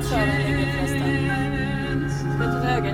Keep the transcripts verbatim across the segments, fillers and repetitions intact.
vart kören ligger förresten? Ska jag ta till höger?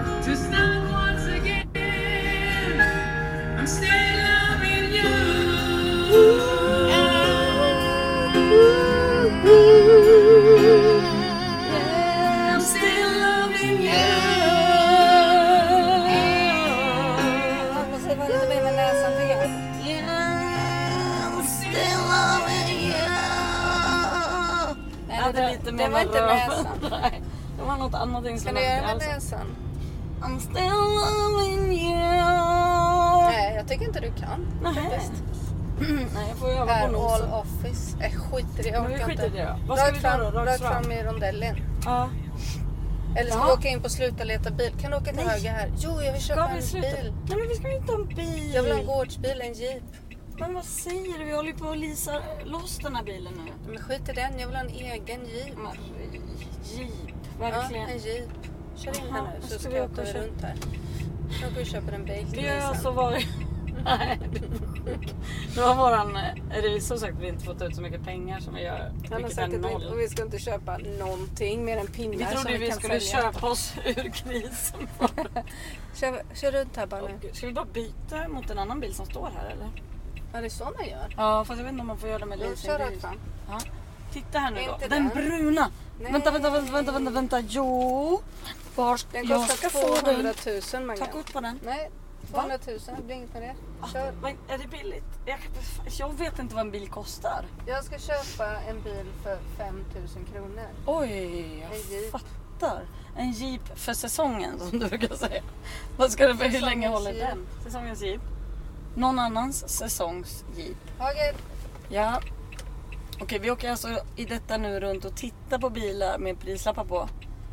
Det, lite det var inte näsan. Nej, det var något annat inslag. Kan du göra med näsan? I'm still loving you. Nej, jag tycker inte du kan. Nej, Nej jag får öva här på nosen. All Office. Jag skiter i det. Jag Men vi orkar skiter i inte. det då. Vad ska vi fram, göra då? Rakt fram, fram i rondellen. Ja. Eller ska ja. vi åka in på sluta leta bil? Kan du åka till Nej. höger här? Jo, jag vill köpa ska vi en sluta? bil. Nej, men vi ska inte ha en bil. Jag vill ha en gårdsbil, en jeep. Men vad säger du? Vi håller ju på att lisa loss den här bilen nu. Men skit i den, jag vill ha en egen jeep. Men, jeep, verkligen. Ja, en jeep. Kör in Aha, här nu så ska ska vi jag åka åka och runt här. Jag går och köper en bil till Vi dig har sen. alltså varit... Nej, det var våran revisor sagt att vi inte fått ut så mycket pengar som vi gör. Han har Vilket sagt är att vi, noll. och vi ska inte köpa någonting mer än pinnar Vi som trodde vi, vi kan skulle sälja. köpa oss ur krisen. kör, kör runt här bara nu. Och, ska vi bara byta mot en annan bil som står här eller? Ja, det är så man gör. Ja, fast jag vet inte om man får göra det med Jag leasing. kör rakt fram. Ja. Titta här nu då. Inte Den den. bruna. Nej. Vänta, vänta, vänta, vänta, vänta, vänta. Jo. Var ska Den jag kostar ska få den? tvåhundratusen, Magga. Ta kort på den. Nej, tvåhundratusen. Det blir inget med det. Kör. Ah, är det billigt? Jag, jag vet inte vad en bil kostar. Jag ska köpa en bil för fem tusen kronor. Oj, jag En jeep. fattar. En jeep för säsongen som du brukar säga. Vad ska det för? Hur länge håller jeep. den? Säsongens jeep. Någon annans säsongs jeep. Hager. Ja. Okej, vi åker alltså i detta nu runt och tittar på bilar med prislappar på.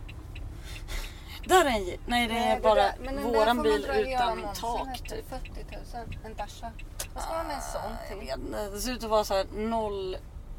Där är en jeep. Nej, det är Nej, det bara där- men den där får våran man bil dra igenom utan momsen tak efter typ. fyrtio tusen. En Dasha. Vad ska man med en sån Jag till? vet inte. Det ser ut att vara så här noll eh,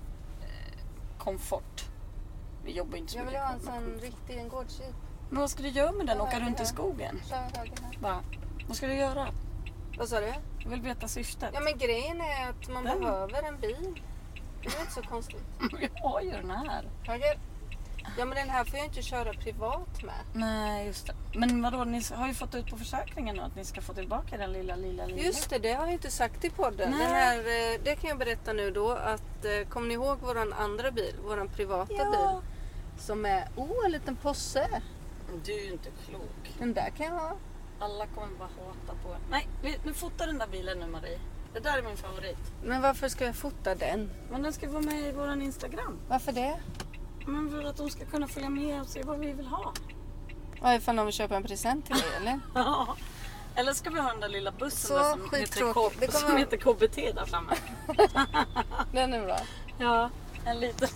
komfort. Vi jobbar inte så Jag vill mycket ha en med sån komfort. riktig, en gårdsjeep. Men vad ska du göra med den? Ja, Åka det runt i här. skogen? Kör höger här. Va? Vad ska du göra? Vad sa du? Jag vill veta syftet. Ja, men grejen är att man Den. behöver en bil. Det är inte så konstigt. Vi har ju den här. Höger. Ja, men den här får jag inte köra privat med. Nej, just det. Men vadå, ni har ju fått ut på försäkringen nu att ni ska få tillbaka den lilla, lilla, lilla. Just det, det har jag inte sagt i podden. Nej. Den här, eh, det kan jag berätta nu då att eh, kommer ni ihåg våran andra bil, våran privata Ja. bil som är, oh, en liten posse. Du är ju inte klok. Den där kan jag ha. Alla kommer bara hata på. Nej, vi, nu fotar den där bilen nu, Marie. Det där är min favorit. Men varför ska jag fota den? Men den ska vara med i våran Instagram. Varför det? Men för att de ska kunna följa med och se vad vi vill ha. Ja, ifall de vill köpa en present till dig, eller? Ja. Eller ska vi ha den där lilla bussen Så där som, heter, skittråkigt. Det K- kommer- som heter K B T där framme. Den är bra. Ja, en liten.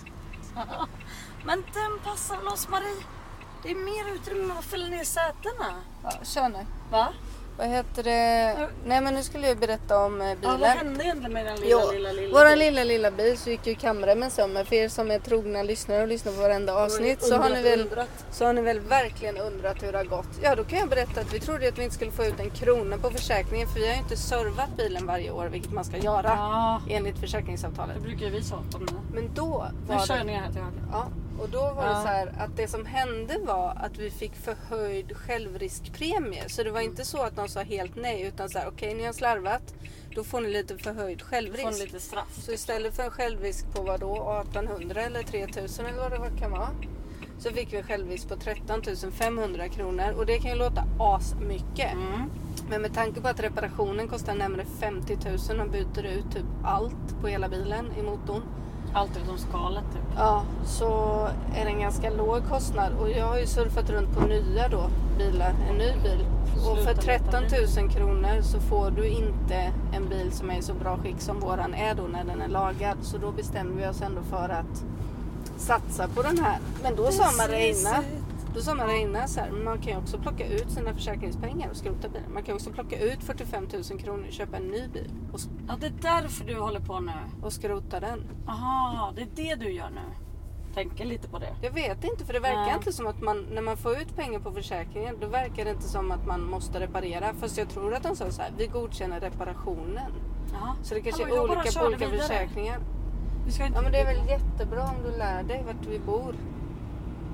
Men den passar väl oss, Marie? Det är mer utrymme att fylla ner sätena. Ja, kör nu. Va? Vad heter det? Nej, men nu skulle jag berätta om eh, Ja, bilen. vad hände egentligen med den lilla, Jo, lilla, lilla våran bilen? lilla lilla bil så gick ju kamremmen sömmer. För er som är trogna lyssnare och lyssnar på varenda avsnitt så har, ni väl, Undrat. så har ni väl verkligen undrat hur det har gått. Ja, då kan jag berätta att vi trodde att vi inte skulle få ut en krona på försäkringen. För vi har ju inte servat bilen varje år, vilket man ska göra Ja, enligt försäkringsavtalet. det brukar ju vi tjata om nu. Men då Nu var kör det... ni här till höger. Ja, och då var Ja. det så här att det som hände var att vi fick förhöjd självriskpremie. Så det var inte så att de sa helt nej utan så här, okej, ni har slarvat, då får ni lite förhöjd självrisk. Får lite straff. Så istället för en självrisk på vad då, artonhundra eller tre tusen eller vad det kan vara, så fick vi en självrisk på tretton tusen femhundra kronor. Och det kan ju låta asmycket. Mm. Men med tanke på att reparationen kostar närmare femtio tusen och byter ut typ allt på hela bilen i motorn. Allt utom skalet typ. Ja, så är det en ganska låg kostnad. Och jag har ju surfat runt på nya då, bilar, en ny bil. Och för Sluta tretton leta tusen kronor så får du inte en bil som är i så bra skick som våran är då när den är lagad. Så då bestämde vi oss ändå för att satsa på den här. Men då sa Marina, då sa Marina så här, man kan ju också plocka ut sina försäkringspengar och skrota bilen. Man kan också plocka ut fyrtiofem tusen kronor och köpa en ny bil och, Ja, det är därför du håller på nu. och skrota den. Aha, det är det du gör nu. Tänker lite på det. Jag vet inte, för det verkar Nej. inte som att man, när man får ut pengar på försäkringen, då verkar det inte som att man måste reparera. Fast jag tror att de sa så här, vi godkänner reparationen. Jaha. Så det kanske Ja, men är jag bara olika på körde olika vidare. försäkringar. Vi ska inte... Ja, men det är väl jättebra om du lär dig vart vi bor.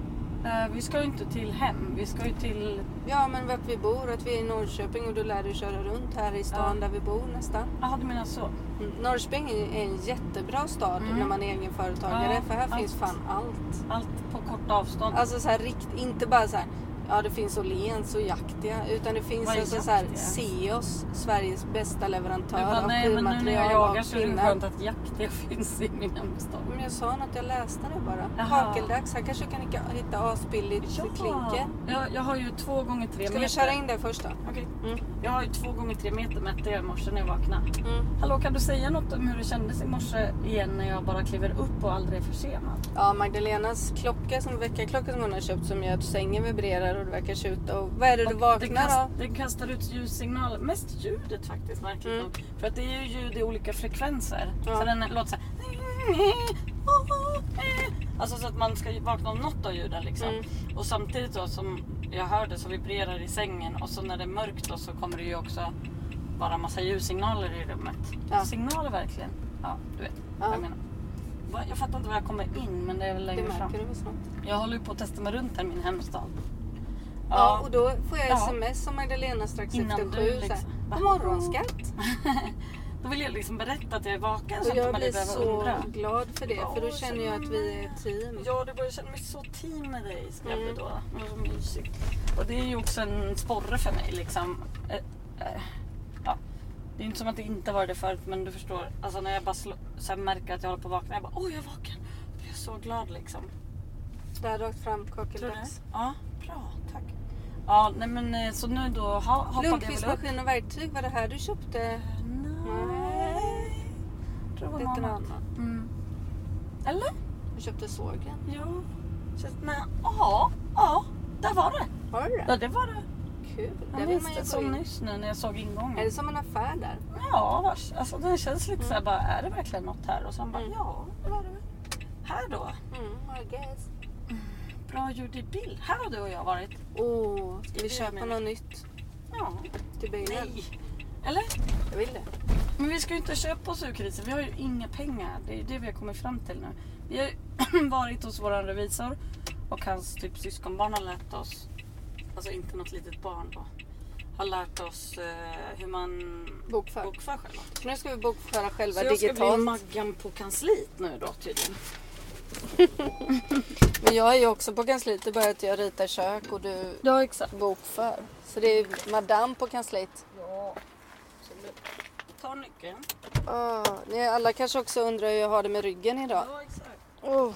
Uh, vi ska ju inte till hem, vi ska ju till... Ja, men vart vi bor, att vi är i Norrköping och du lär dig köra runt här i stan ja. Där vi bor nästan. Jaha, du menar så? Mm. Norrköping är en jättebra stad mm. när man är egenföretagare, ja, för här allt, finns fan allt. Allt på kort avstånd. Alltså så här rikt, inte bara så här, ja det finns Åhléns och Jaktia, utan det finns alltså så här Seos, Sveriges bästa leverantör bara, av nej, men nu när jag jagar så är det skönt att Jaktia finns i min hemstad. Men jag sa något, jag läste det bara. Hakeldags, här kanske kan hitta asbilligt ja. Klinker. Jag, jag har ju två gånger tre meter. Ska vi köra in det först då? Okej. Okay. Mm. Jag har ju två gånger tre meter mätte jag i morse när jag vaknade. Mm. Hallå, kan du säga något om hur det kändes i morse igen när jag bara kliver upp och aldrig är försenad? Ja, Magdalenas klocka, som väckarklocka som hon har köpt, som gör att sängen vibrerar och det verkar tjuta. Och vad är det och du vaknar kast, av? Den kastar ut ljussignaler. Mest ljudet faktiskt, märkligt mm. nog. För att det är ju ljud i olika frekvenser. Ja. Så den låter så här. Alltså så att man ska vakna av något av ljuden liksom. Mm. Och samtidigt då som jag hörde så vibrerar i sängen. Och så när det är mörkt då så kommer det ju också bara massa ljussignaler i rummet. Ja. Signaler verkligen. Ja, du vet ja. Vad jag menar. Jag fattar inte var jag kommer in, men det är väl längre fram. Jag håller ju på att testa mig runt här i min hemstad. Ja, ja, och då får jag sms som Magdalena strax innan efter sju. Liksom. God morgon, skatt. Då vill jag liksom berätta att jag är vaken. Och jag blir så undra. glad för det, ja, för då känner jag att vi är ett team. Ja, det börjar känna mig så team med dig, ska jag bli då. Det var så mysigt. Och det är ju också en sporre för mig liksom. Äh, äh, ja. Det är inte som att det inte var det förut, men du förstår. Alltså när jag bara slå, så här märker att jag håller på att vakna, jag bara, åh jag är vaken. Jag är så glad liksom. Där rakt fram kakeldags. Ja, bra, tack. Ja, nej men så nu då ha, hoppade jag väl upp. Lundqvist maskin och verktyg, var det här du köpte? Nej. Jag tror det var något annat. Mm. Eller? Du köpte sågen? Ja. Men ja, ja, där var det. Var det? Ja, det var det. Kul. Jag visste så nyss nu när jag såg ingången. Är det som en affär där? Ja, vars, alltså det känns lite mm. så här bara, är det verkligen något här? Och sen bara, mm. ja, det var det. Här då? Mm, I guess. Mm. Bra ljud i bild. Här har du och jag varit. Åh, oh, ska vi köpa något nytt? Ja. Till bilen? Nej. Eller? Jag vill det. Men vi ska ju inte köpa oss ur krisen. Vi har ju inga pengar. Det är det vi har kommit fram till nu. Vi har ju varit hos vår revisor. Och hans typ syskonbarn har lärt oss. Alltså inte något litet barn då. Har lärt oss eh, hur man bokför, bokför själva. Så nu ska vi bokföra själva digitalt. digitalt. Så jag ska bli Maggan på kansliet nu då tydligen. Men jag är ju också på kansliet. Det börjar att jag ritar kök och du ja, exakt. bokför. Så det är madame på kansliet. Ja. Så ta nyckeln. Oh, ni alla kanske också undrar hur jag har det med ryggen idag. Ja, exakt. Oh.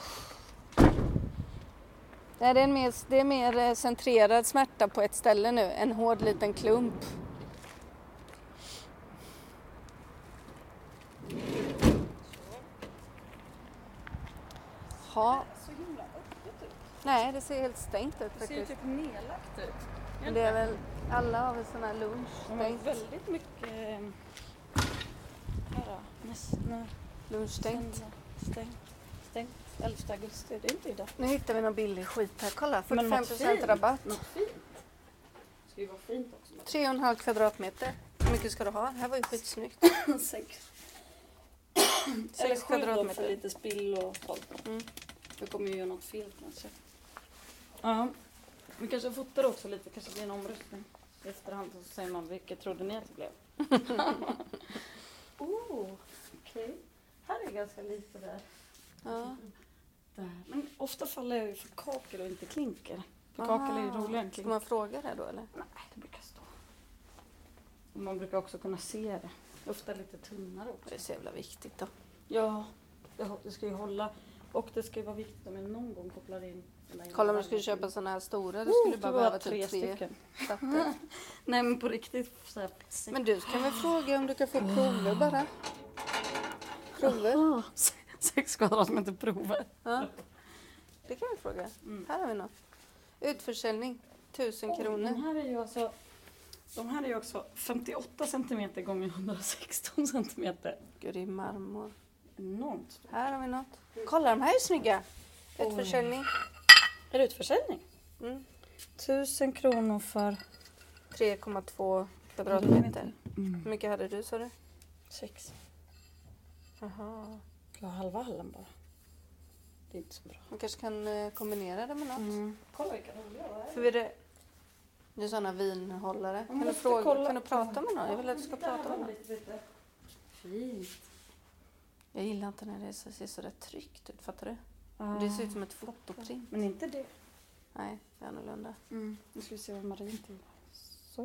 Nej, det är en mer, det är mer centrerad smärta på ett ställe nu. En hård liten klump. Ja. Så himla öppet ut. Nej, det ser helt stängt ut faktiskt. Det ser typ nedlagt ut. Men det är väl alla har väl sån här lunch stängt. Väldigt mycket här då. Nästan lunch stängt. Stängt. Stängt. elfte augusti, det är inte idag. Nu hittar vi någon billig skit här. Kolla, fyrtiofem procent rabatt. Något fint. Det ska ju vara fint också. Tre och en halv kvadratmeter. Hur mycket ska du ha? Det här var ju skitsnyggt. Sex. Sex kvadratmeter. För lite spill och sånt. Mm. Vi kommer ju göra något fel kanske. Ja. Vi kanske fotar också lite. Kanske blir en omröstning. I efterhand så säger man vilket trodde ni att det blev. oh, okej. Okay. Här är ganska lite där. Ja. Där. Men ofta faller jag ju för kakel och inte klinker. För kakel är ju roligare än klinker. Ska man fråga det då eller? Nej, det brukar stå. Och man brukar också kunna se det. Ofta lite tunnare också. Det är så jävla viktigt då. Ja, det ska ju hålla. Och det ska ju vara viktigt om jag någon gång kopplar in. Kolla om du skulle köpa sådana här stora. Du skulle oh, bara behöva tre typ tre stycken. Nej men på riktigt. Så här, men du kan väl fråga om du kan få prover bara. Prover? Aha. Sex kvadratmeter prover. Ja. Det kan vi fråga. Mm. Här har vi något. Utförsäljning. Tusen oh, kronor. De här är ju alltså, de här är ju också femtioåtta centimeter gånger hundrasexton centimeter. Gud, det är marmor. Enormt. Här har vi något. Kolla, de här är snygga. Utförsäljning. Oh. Är det utförsäljning? Mm. Tusen kronor för tre komma två kvadratmeter. Mm. Hur mycket hade du, sa du? Sex. Jaha. Jag har halva hallen bara. Det är inte så bra. Man kanske kan eh, kombinera det med något. Mm. Kolla vilka roliga det är. För vi det, det är sådana vinhållare. Kan du, fråga, kan du prata med någon? Jag vill att du ska prata med någon. Fint. Jag gillar inte när det ser så där tryckt ut, fattar du? Ah. Det ser ut som ett fotoprint. Men inte det. Nej, det är annorlunda. Mm. Nu ska vi se vad Marie till. Så.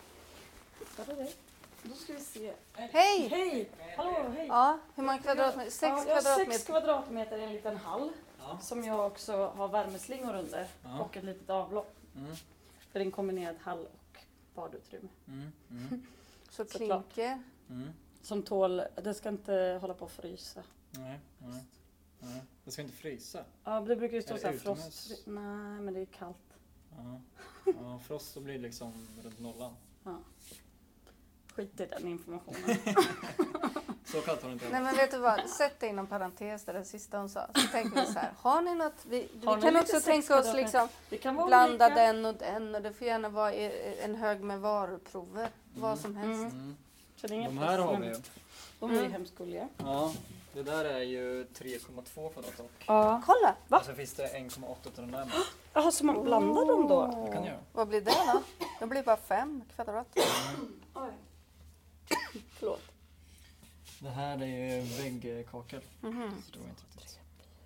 Hittade det. Då ska vi se. Hej! Hej! Hallå, hej! Ja, hur många kvadratmeter? Sex ja, jag har kvadratmeter. sex kvadratmeter i en liten hall. Ja. Som jag också har värmeslingor under. Ja. Och ett litet avlopp. Mm. För en kombinerad hall och badutrymme. Mm. Mm. Så Såklart. klinker. Mm. Som tål, det ska inte hålla på att frysa. Nej, nej, nej. Det ska inte frysa. Ja, det brukar ju stå Är det så här utomhus? frost. Nej, men det är kallt. Ja. Ja, frost så blir det liksom runt nollan. Ja. Skit i den informationen. Så kallt har det inte Nej men vet du vad, sätt det inom parentes där det sista hon sa. Så tänker vi så här, har ni något, vi, vi Har ni kan lite också sex tänka oss kvadratmeter? liksom Det kan vara blanda olika. den och den och det får gärna vara i- en hög med varuprover. Vad som helst. Mm. Mm. Så det är inga De här har vi ju. plats. De är ju Mm. hemskt gulliga. Ja, det där är ju tre komma två kvadrat och. Ja. Kolla! Va? Och så finns det en komma åtta till den där med. Jaha, så man blandar dem då? Det kan du göra. Vad blir det då? Det blir bara fem kvadrat. Oj. Förlåt. Det här är ju väggkakel. Mhm. Så det går inte riktigt.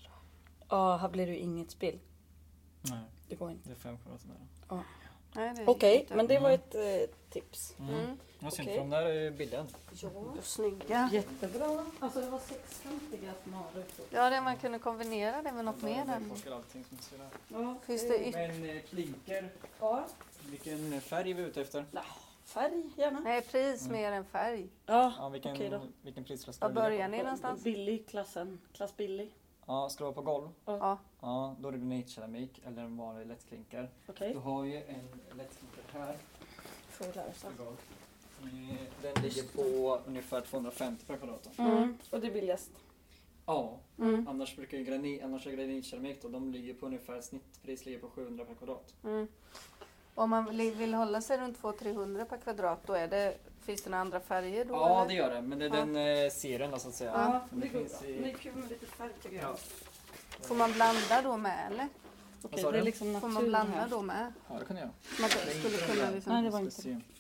Ja, här blir det ju inget spill. Nej, Det går inte. det är fem kvadrat med. Nej, det är Okej, inte. men det var ett eh, tips. Mm. Mm. Vad synd, Okej. för de där är ju billiga. Ja. Snygga. Jättebra. Alltså det var sexkantiga smarrutor. Ja, det man kunde kombinera det med något mer där. Väggkakel, allting som ska där. Ja. Finns det yt- Men eh, klinker, Ja. vilken färg är vi ute efter? Färg gärna. Nej, pris mer än färg. Ja, Ja, vilken, okej då. vilken prisklass ska Var du ligga börjar på? ni någonstans? Billig klassen. Klass billig. Ja, ska du vara på golv? Ja. Ja, då är det granitkeramik eller en vanlig lättklinker. Okej. Du har ju en lättklinker här. Får lära sig. för golv. Eh, Den ligger på ungefär tvåhundrafemtio per kvadrat. Mm. Och det är billigast. Ja, Mm. annars brukar ju granit, annars är granitkeramik då, de ligger på ungefär, snittpris ligger på sjuhundra per kvadrat. Mm. Om man vill, vill hålla sig runt två till trehundra per kvadrat, då är det, finns det några andra färger då? Ja, eller? det gör det, men det är Ja. den eh, serien då, så att säga. Ja, Men det det går finns bra. i- Det är kul med lite färg tycker jag. Ja. Får man blanda då med eller? Okej, sa det är du? liksom natur Får man blanda här. då med? Ja, det kan jag göra. Man skulle kunna liksom... Nej, det var Ska inte se.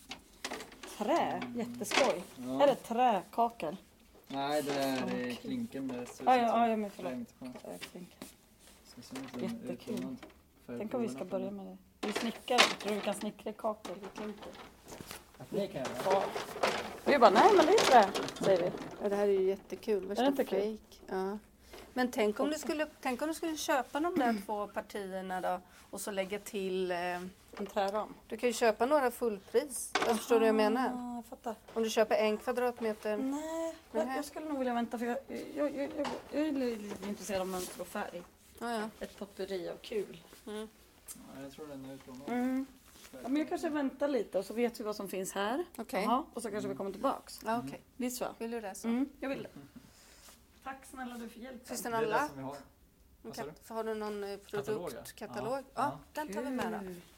Trä, jätteskoj. Ja. Är det träkakel? Nej, det där är Okej. klinken. Det ser ut Ja, som- ja, ja, men det är förlåt. inte på. Jag tänker. Ska se om det är Jättekul. uttunnad färg Tänk på om vi den ska här. börja med det. Vi snickar, jag tror vi kan snickra kakel i klinker. Det kan jag göra. Ja. Vi bara, nej men det är trä, säger vi. Ja, det här är ju jättekul. Värsta Är det inte kul? fake. Ja. Men tänk om, du skulle, tänk om du skulle köpa de där två partierna då och så lägga till... Eh, En träram. du kan ju köpa några fullpris. Jag förstår du vad jag menar? Ah, jag fattar. Om du köper en kvadratmeter. Nej, jag, Nej. jag skulle nog vilja vänta för jag, jag, jag, jag, jag är lite intresserad av mönster och färg. Ja, ja. Ett potpurri av kul. Mm. Ja, jag tror den är utplånad. Mm. Ja, men jag kanske väntar lite och så vet vi vad som finns här. Okej. Jaha, och så kanske vi kommer tillbaks. Ja, okej. Visst va? Vill du det så? Mm, jag vill det. Tack snälla du för hjälpen. Finns det Det är någon det lapp? som vi har. Vad sa du? Kat- Har du någon eh, Katalog, ja. produktkatalog? Ja, Ja. den tar vi med då. Kul.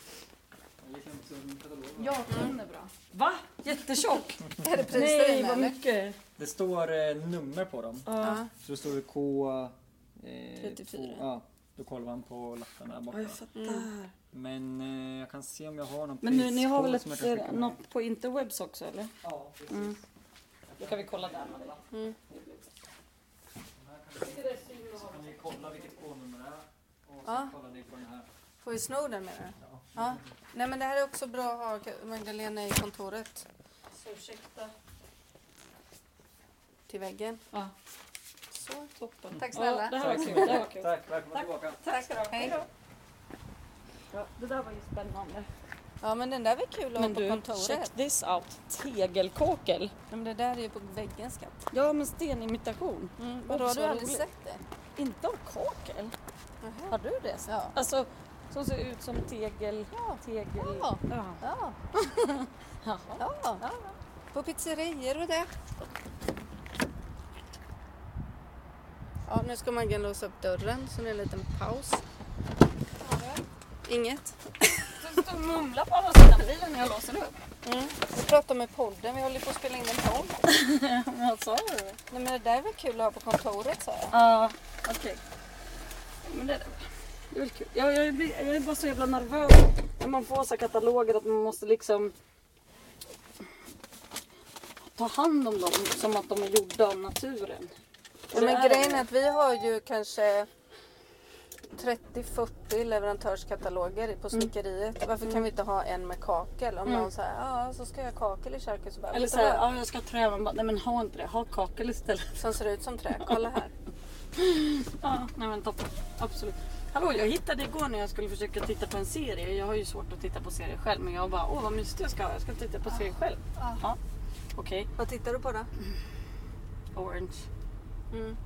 Jag gick hem till en katalog. Ja, den är bra. Va? Jättetjock? Är det priser Nej, inne vad eller? mycket. Det står eh, nummer på dem. Ja. Ja. Så det står det K... Eh, trettiofyra. två- Ja, då kollar man på lappen där borta. Ja, jag fattar. Mm. Men eh, jag kan se om jag har någon Men nu, ni har väl priskod som jag kan ett, skicka eh, med. något på interwebs också eller? Ja, precis. Mm. Då kan vi kolla där med det. Mm. Så kan ni kolla vilket kodnummer det är. Och så Ja. kollar ni på den här. Får vi sno den med det? Ja. Ja. Nej men det här är också bra att ha Magdalena i kontoret. Så ursäkta. Till väggen. Ja, Så. toppen. Tack snälla. Ja, det här var kul. Det här var kul. Tack, välkomna Tack. tillbaka. Tack ska du ha. Hej då. Ja, det där var ju spännande. Ja men den där var kul att ha Men på du, kontoret. check this out. Tegelkakel. Nej, men det där är ju på väggen skatt. Ja, men stenimitation. Mm. Vadå, har så du aldrig roligt. sett det? Inte av kakel. Nähä. Har du det? Ja. Alltså, som ser ut som tegel. Ja. Tegel. Ja. Ja. Ja. Jaha. Ja. På pizzerior och det. Ja, nu ska Maggan låsa upp dörren så det är en liten paus. Inget. Du står och mumlar på andra sidan bilen när jag låser upp. Mm. Vi pratar med podden, vi håller på att spela in en podd. Vad sa du? Nej men det där var kul att ha på kontoret sa jag. Ja, okej. Men det är det. Det är väl kul. Jag, jag, blir, jag är bara så jävla nervös när man får så kataloger att man måste liksom ta hand om dem som att de är gjorda av naturen. Ja, men grejen är att vi har ju kanske trettio fyrtio leverantörskataloger på snickeriet. Mm. Varför kan mm. vi inte ha en med kakel? Om mm. någon säger, ja så ska jag ha kakel i köket. Så bara, eller så här, ja jag ska ha trä. Man bara, nej men ha inte det, ha kakel istället. Som ser ut som trä, kolla här. Ja, nej men toppen, absolut. Hallå, jag hittade igår när jag skulle försöka titta på en serie. Jag har ju svårt att titta på serier själv. Men jag bara, åh vad mysigt jag ska ha. Jag ska titta på serier själv. Ah. Ja, okej. Okay. Vad tittar du på då? Orange. Mm.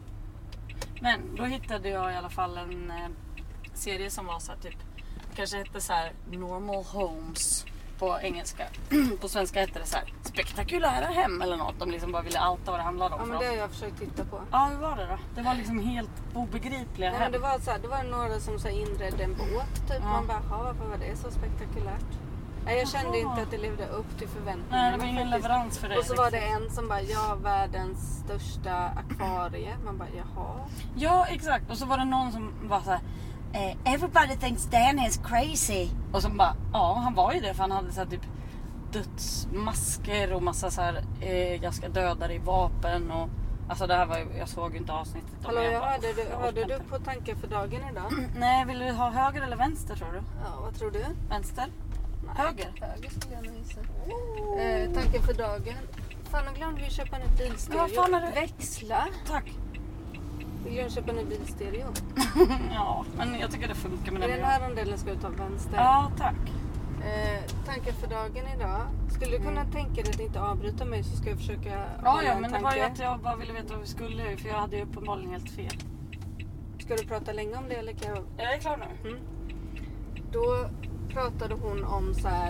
Men då hittade jag i alla fall en eh, serie som var så här, typ, kanske hette så här Normal Homes på engelska. På svenska hette det så här spektakulära hem eller något. De liksom bara ville outa vad det handlade om. Ja, men det har jag försökt titta på. Ja, hur var det då? Det var liksom helt obegripliga Nej, hem. men det var så här, det var några som så här inredde en båt typ. Ja. Man bara, ja, varför var det så spektakulärt? Nej, jag kände Jaha. inte att det levde upp till förväntningarna. Nej, det var ingen faktiskt. Leverans för det. Och så var det en som bara, ja, världens största akvarie. Man bara, jaha. Ja, exakt. Och så var det någon som var så här, eh, everybody thinks Dan is crazy. Och så bara, ja, han var ju det för han hade så här typ dödsmasker och massa så här, eh, jag ska döda dig vapen och alltså det här var ju, jag såg ju inte avsnittet. Hallå, jag, jag bara, hörde, du, hörde du på tankar för dagen idag? Nej, vill du ha höger eller vänster tror du? Ja, vad tror du? Vänster? Nej, höger? Höger skulle jag nog gissa. Oh. Eh, tankar för dagen. Fan, jag glömde vi köpa en ny bilstereo. Ja, fan är det? Växla. Tack. Vi glömde köpa en ny bilstereo. Ja, men jag tycker det funkar med I den. den här rondellen ska du ta vänster. Ja, tack. Eh, tankar för dagen idag. Skulle du kunna mm. tänka dig att inte avbryta mig så ska jag försöka Ja, ja, men tanke. Det var ju att jag bara ville veta vad vi skulle för jag hade ju uppenbarligen helt fel. Ska du prata länge om det eller kan jag... Jag är klar nu. Mm. Då pratade hon om så här.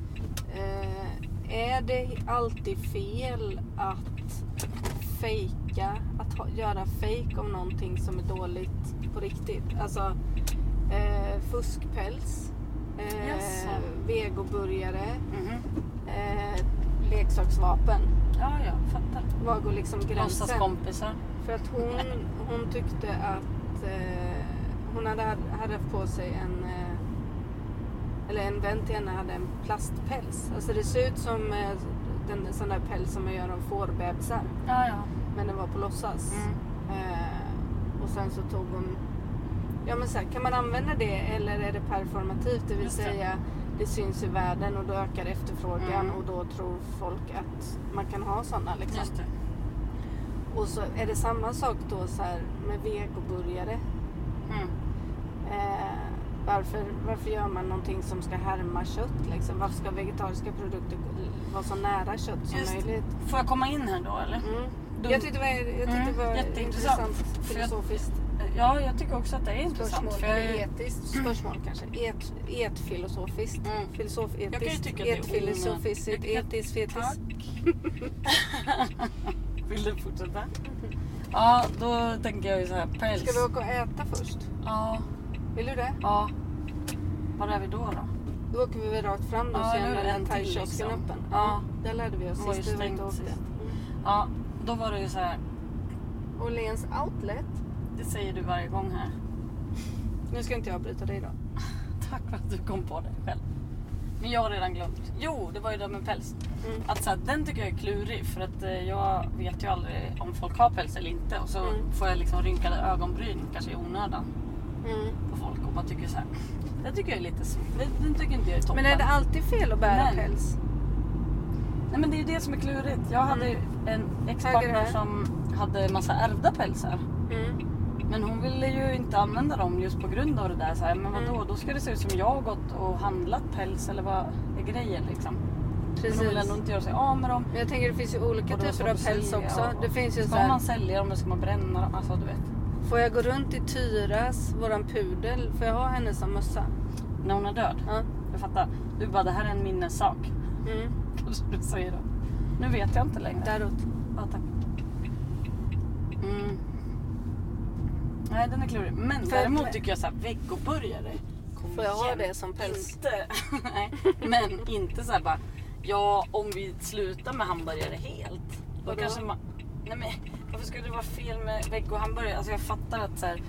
Eh, är det alltid fel att fejka, att ha, göra fake om någonting som är dåligt på riktigt? Alltså eh, fuskpäls. Eh, yes. Vegoburgare, mm-hmm. eh, leksaksvapen. Ja, ja, fattar. Var går liksom gränsen? Låtsas kompisar. För att hon, hon tyckte att eh, hon hade, hade på sig en, eh, eller en vän till henne hade en plastpäls. Alltså det ser ut som eh, den sån där päls som man gör av fårbebisar. Ja, ja. Men den var på låtsas. Mm. Eh, och sen så tog hon... Ja men så här, kan man använda det eller är det performativt? Det vill Just det. säga det syns i världen och då ökar efterfrågan mm. och då tror folk att man kan ha sådana liksom. Just det. Och så är det samma sak då så här med vegoburgare. Mm. Eh, varför, varför gör man någonting som ska härma kött liksom? Varför ska vegetariska produkter vara så nära kött som Just. möjligt? Får jag komma in här då eller? Mm. Du... Jag tyckte det var, jag tyckte mm. det var jätteintressant. intressant filosofiskt. Ja, jag tycker också att det är Spörsmål, intressant. För jag... eller etiskt spörsmål kanske. Et, et filosofiskt. Mm. Filosof, etiskt. Jag kan ju tycka att det är et filosofiskt. onödigt. Etiskt, fetiskt. Tack. Vill du fortsätta? Ja, då tänker jag ju så här, päls. Ska vi åka och äta först? Ja. Vill du det? Ja. Var är vi då då? Då åker vi väl rakt fram då Ja, och sen nu är är det den en till, thai-kiosken liksom. öppen. Ja. Där lärde vi oss Det var ju sist. Det var inte stängt åkte. sist. Mm. Ja, då var det ju så här. Åhléns Outlet. Det säger du varje gång här. Nu ska inte jag bryta dig då. Tack för att du kom på det själv. Men jag har redan glömt. Jo, det var ju det med päls. Mm. Att så här, den tycker jag är klurig. För att eh, jag vet ju aldrig om folk har päls eller inte. Och så Mm. får jag liksom rynkade ögonbryn kanske i onödan Mm. på folk. Och bara tycker så här. Det tycker jag är lite så. Det, den tycker inte jag är toppen. Men är det alltid fel att bära Men- päls? Nej men det är ju det som är klurigt. Jag hade Mm. en Höger ex-partner här. som hade massa ärvda pälsar. Mm. Men hon ville ju inte använda dem just på grund av det där. Så här, men vadå, Mm. då ska det se ut som jag har gått och handlat päls eller vad är grejen liksom. Men Precis. hon vill ändå inte göra sig av med dem. Men jag tänker det finns ju olika Och då typer ska av du päls sälja också. och- Det finns ju så Ska här, man sälja dem eller ska man bränna dem? Alltså du vet. får jag gå runt i Tyras, våran pudel, får jag ha henne som mössa? När hon är död. Ja. Jag fattar. Du bara, det här är en minnessak. Mm. Kanske du säger då. Nu vet jag inte längre. Däråt. Ja, tack. Mm. Nej, den är klurig. Men För- däremot tycker jag så här, vegoburgare. Kom Får jag ha igen. det som päls? Inte. Nej, men inte så här bara. Ja, om vi slutar med hamburgare helt. Då Vadå? kanske man. Nej men varför skulle det vara fel med vegohamburgare? Alltså jag fattar att så här, till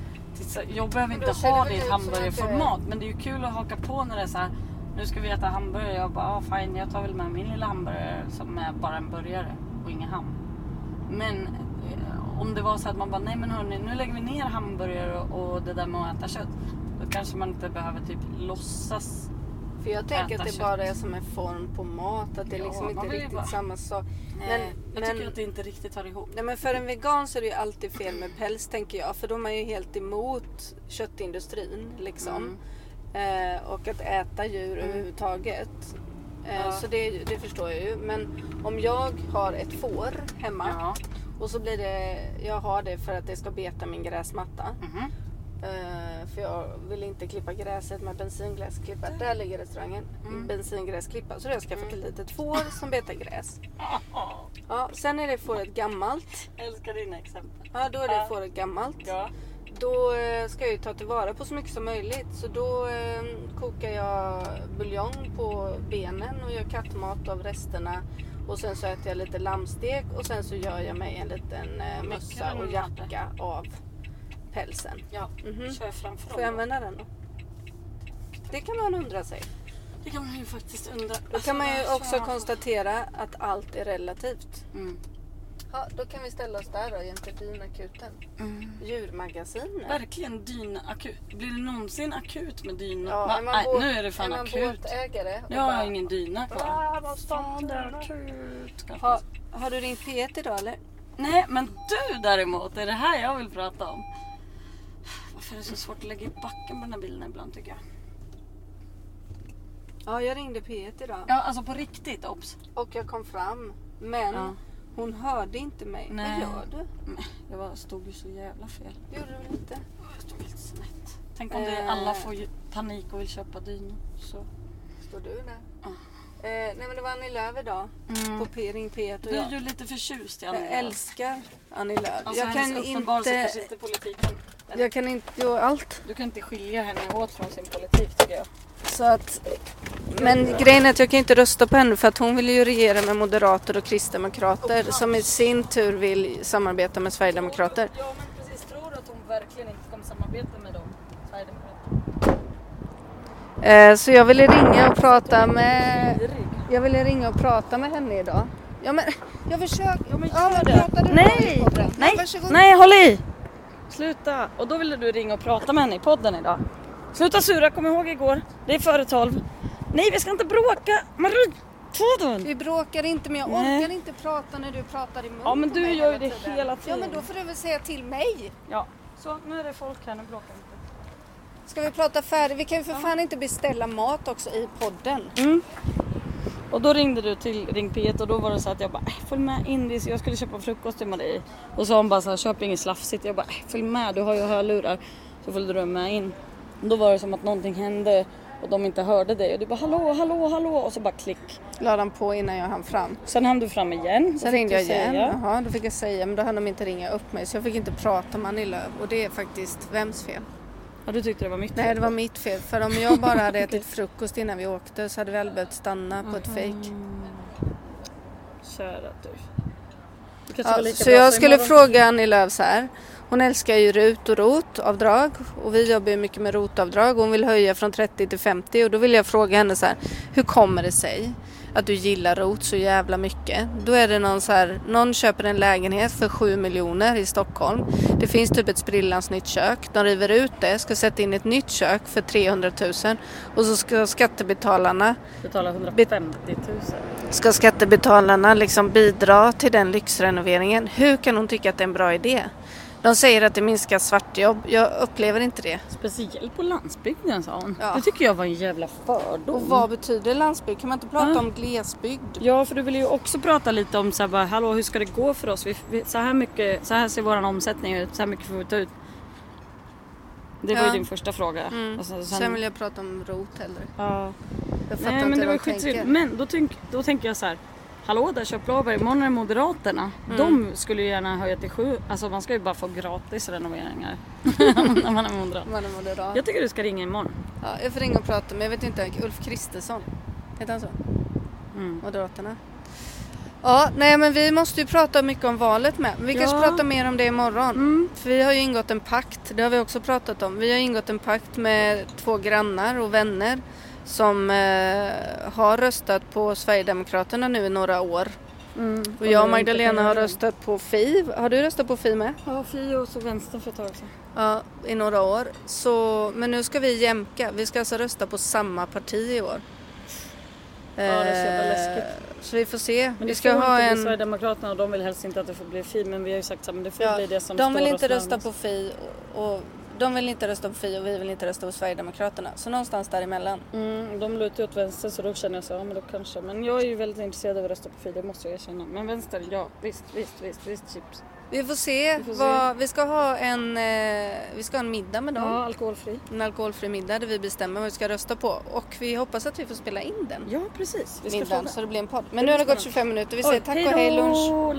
Jag behöver inte ha det i ett hamburgerformat. Men det är ju kul att haka på när det är så här. Nu ska vi äta hamburgare. Jag bara, ah, fine, jag tar väl med min lilla hamburgare som är bara en burgare och ingen ham. Men eh, om det var så att man bara, nej men hörni, nu lägger vi ner hamburgare och, och det där med att äta kött. Då kanske man inte behöver typ låtsas. För jag tänker att det kött. bara är som en form på mat. Att det är ja, liksom inte riktigt bara... samma sak. Men, nej, jag men, tycker att det inte riktigt hör ihop. Nej, men för en vegan så är det ju alltid fel med päls, tänker jag. För de är ju helt emot köttindustrin liksom. Mm. Eh, och att äta djur mm. överhuvudtaget. Eh, ja. Så det, det förstår jag ju. Men om jag har ett får hemma. Ja. Och så blir det, jag har det för att det ska beta min gräsmatta. Mm. Uh, för jag vill inte klippa gräset med bensingräsklippa. Där ligger restaurangen. Mm. Bensingräsklippa. Så jag har skaffat ett litet får som betar gräs. Ja, sen är det fåret gammalt. Jag älskar dina exempel. Ja, då är det fåret gammalt. Ja. Då uh, ska jag ju ta tillvara på så mycket som möjligt. Så då uh, kokar jag buljong på benen och gör kattmat av resterna. Och sen så äter jag lite lammstek. Och sen så gör jag mig en liten uh, mössa och jacka av pälsen. Ja, mm-hmm. Kör framför Får jag använda den då? Det kan man undra sig. Det kan man ju faktiskt undra. Då alltså, kan man ju också jag... konstatera att allt är relativt. Mm. Ja, då kan vi ställa oss där då jämte dynakuten. Mm. Djurmagasinet. Verkligen dynakut. Blir det någonsin akut med dyna? Ja, Ma- är man Nej, båt, nu är det fan är man akut. Båtägare jag bara, har ingen dyna kvar. Ah, vad fan, det är akut. Ha, har du ringt P ett idag eller? Nej, men du däremot, är det här jag vill prata om. Varför är det så svårt att lägga i backen på den här bilen ibland tycker jag? Ja, jag ringde P ett idag. Ja, alltså på riktigt, obs. Och jag kom fram, men ja. hon hörde inte mig. Nej. Vad gör du? Nej, jag var, stod ju så jävla fel. Gjorde du väl inte? Jag stod helt snett. Tänk om det, eh. alla får panik och vill köpa dyn. Så. Står du där? Ja. Eh, nej men det var Annie Lööf idag mm. på P- Ring P ett och du är jag. ju lite förtjust i Annie Lööf. Jag älskar Annie Lööf. Alltså, jag kan inte inte politiken. Jag kan inte göra allt. Du kan inte skilja henne åt från sin politik tycker jag. Så att men grejen är att jag kan inte rösta på henne för att hon vill ju regera med moderater och kristdemokrater oh, som i sin tur vill samarbeta med sverigedemokrater. Ja men precis, tror du att hon verkligen inte kommer samarbeta med dem? Sverigedemokrater. Eh, så jag ville ringa och prata med Jag ville ringa och prata med henne idag. Ja men jag försöker. Ja, men ja, men nej. Nej. Nej, håll i. Sluta. Och då ville du ringa och prata med henne i podden idag. Sluta sura, kom ihåg igår. Det är före tolv. Nej, vi ska inte bråka. Marie, ta den. Vi bråkar inte, men jag Nej. orkar inte prata när du pratar i mun. Ja, men du gör ju det tiden. hela tiden. Ja, men då får du väl säga till mig. Ja, så nu är det folk här, nu bråkar vi inte. Ska vi prata färdigt? Vi kan ju för ja. fan inte beställa mat också i podden. Mm. Och då ringde du till Ring P ett och då var det så att jag bara, äh, följ med Indis, jag skulle köpa frukost till Marie. Och så hon bara så här, köp inget slafsigt. Jag bara, äh, följ med, du har ju hörlurar. Så följde du med in. Och då var det som att någonting hände och de inte hörde dig. Och du bara, hallå, hallå, hallå. Och så bara klick. Lade han på innan jag hann fram. Sen hann du fram igen. Sen ringde jag igen. Säga. Jaha, då fick jag säga, men då hann de inte ringa upp mig. Så jag fick inte prata med Annie Lööf. Och det är faktiskt vems fel? Ja, du tyckte det var mitt fel? Nej, det var mitt fel. För om jag bara hade ätit frukost innan vi åkte så hade vi väl behövt stanna på mm. ett fejk. Kära du. Ja, så jag skulle imorgon. fråga Annie Lööf så här. Hon älskar ju RUT och ROT-avdrag. Och vi jobbar ju mycket med ROT-avdrag. Hon vill höja från trettio till femtio. Och då vill jag fråga henne så här. Hur kommer det sig att du gillar ROT så jävla mycket? Då är det någon så här. Någon köper en lägenhet för sju miljoner i Stockholm. Det finns typ ett sprillans nytt kök. De river ut det. Ska sätta in ett nytt kök för trehundratusen. Och så ska skattebetalarna. Betala hundrafemtiotusen. Ska skattebetalarna liksom bidra till den lyxrenoveringen. Hur kan hon tycka att det är en bra idé? De säger att det minskar svartjobb. Jag upplever inte det. Speciellt på landsbygden, sa hon. Ja. Det tycker jag var en jävla fördom. Och vad betyder landsbygd? Kan man inte prata ja. om glesbygd? Ja, för du vill ju också prata lite om så här, bara, hallå, hur ska det gå för oss? Vi, vi, så, här mycket, så här ser vår omsättning ut. Så här mycket får vi ta ut. Det var ja. ju din första fråga. Mm. Och sen, sen... sen vill jag prata om ROT hellre. Ja. Jag fattar Nej, men inte det var skittrevligt. Men då, tänk, då tänker jag så här. Hallå där, köp Blåberg. Imorgon är Moderaterna. Mm. De skulle ju gärna höja till sju. Alltså man ska ju bara få gratis renoveringar. När man är moderat. Man är moderat. Jag tycker du ska ringa imorgon. Ja, jag får ringa och prata. Men jag vet inte. Ulf Kristersson. Heter han så? Mm. Moderaterna. Ja, nej men vi måste ju prata mycket om valet med. Vi kanske Ja. pratar mer om det imorgon. Mm. För vi har ju ingått en pakt, det har vi också pratat om. Vi har ingått en pakt med två grannar och vänner som eh, har röstat på Sverigedemokraterna nu i några år. Mm. Och jag och Magdalena har röstat på F I. Har du röstat på F I med? Ja, F I och så vänster för ett tag sedan. Ja, i några år. Så, men nu ska vi jämka. Vi ska alltså rösta på samma parti i år. Ja, det är så jävla Eh, läskigt. Så vi får se. Men vi det ska får ha inte en... bli Sverigedemokraterna och de vill helst inte att det får bli F I, men vi har ju sagt att det får Ja, bli det som de står vill oss inte rösta närmast. på F I och, och de vill inte rösta på F I och vi vill inte rösta på Sverigedemokraterna. Så någonstans däremellan. Mm, de lutar åt vänster så då känner jag så, ja men då kanske. Men jag är ju väldigt intresserad av att rösta på F I, det måste jag erkänna. Men vänster, ja, visst, visst, visst, visst, chips. Vi får se. Vi får vad, vi ska ha en eh, vi ska ha en middag med dem. Ja, alkoholfri. En alkoholfri middag där vi bestämmer vad vi ska rösta på. Och vi hoppas att vi får spela in den Ja, precis. Vi ska middagen fråga. så det blir en podd. Men nu har det gått tjugofem minuter. Vi säger Oj, tack och hej lunch. då!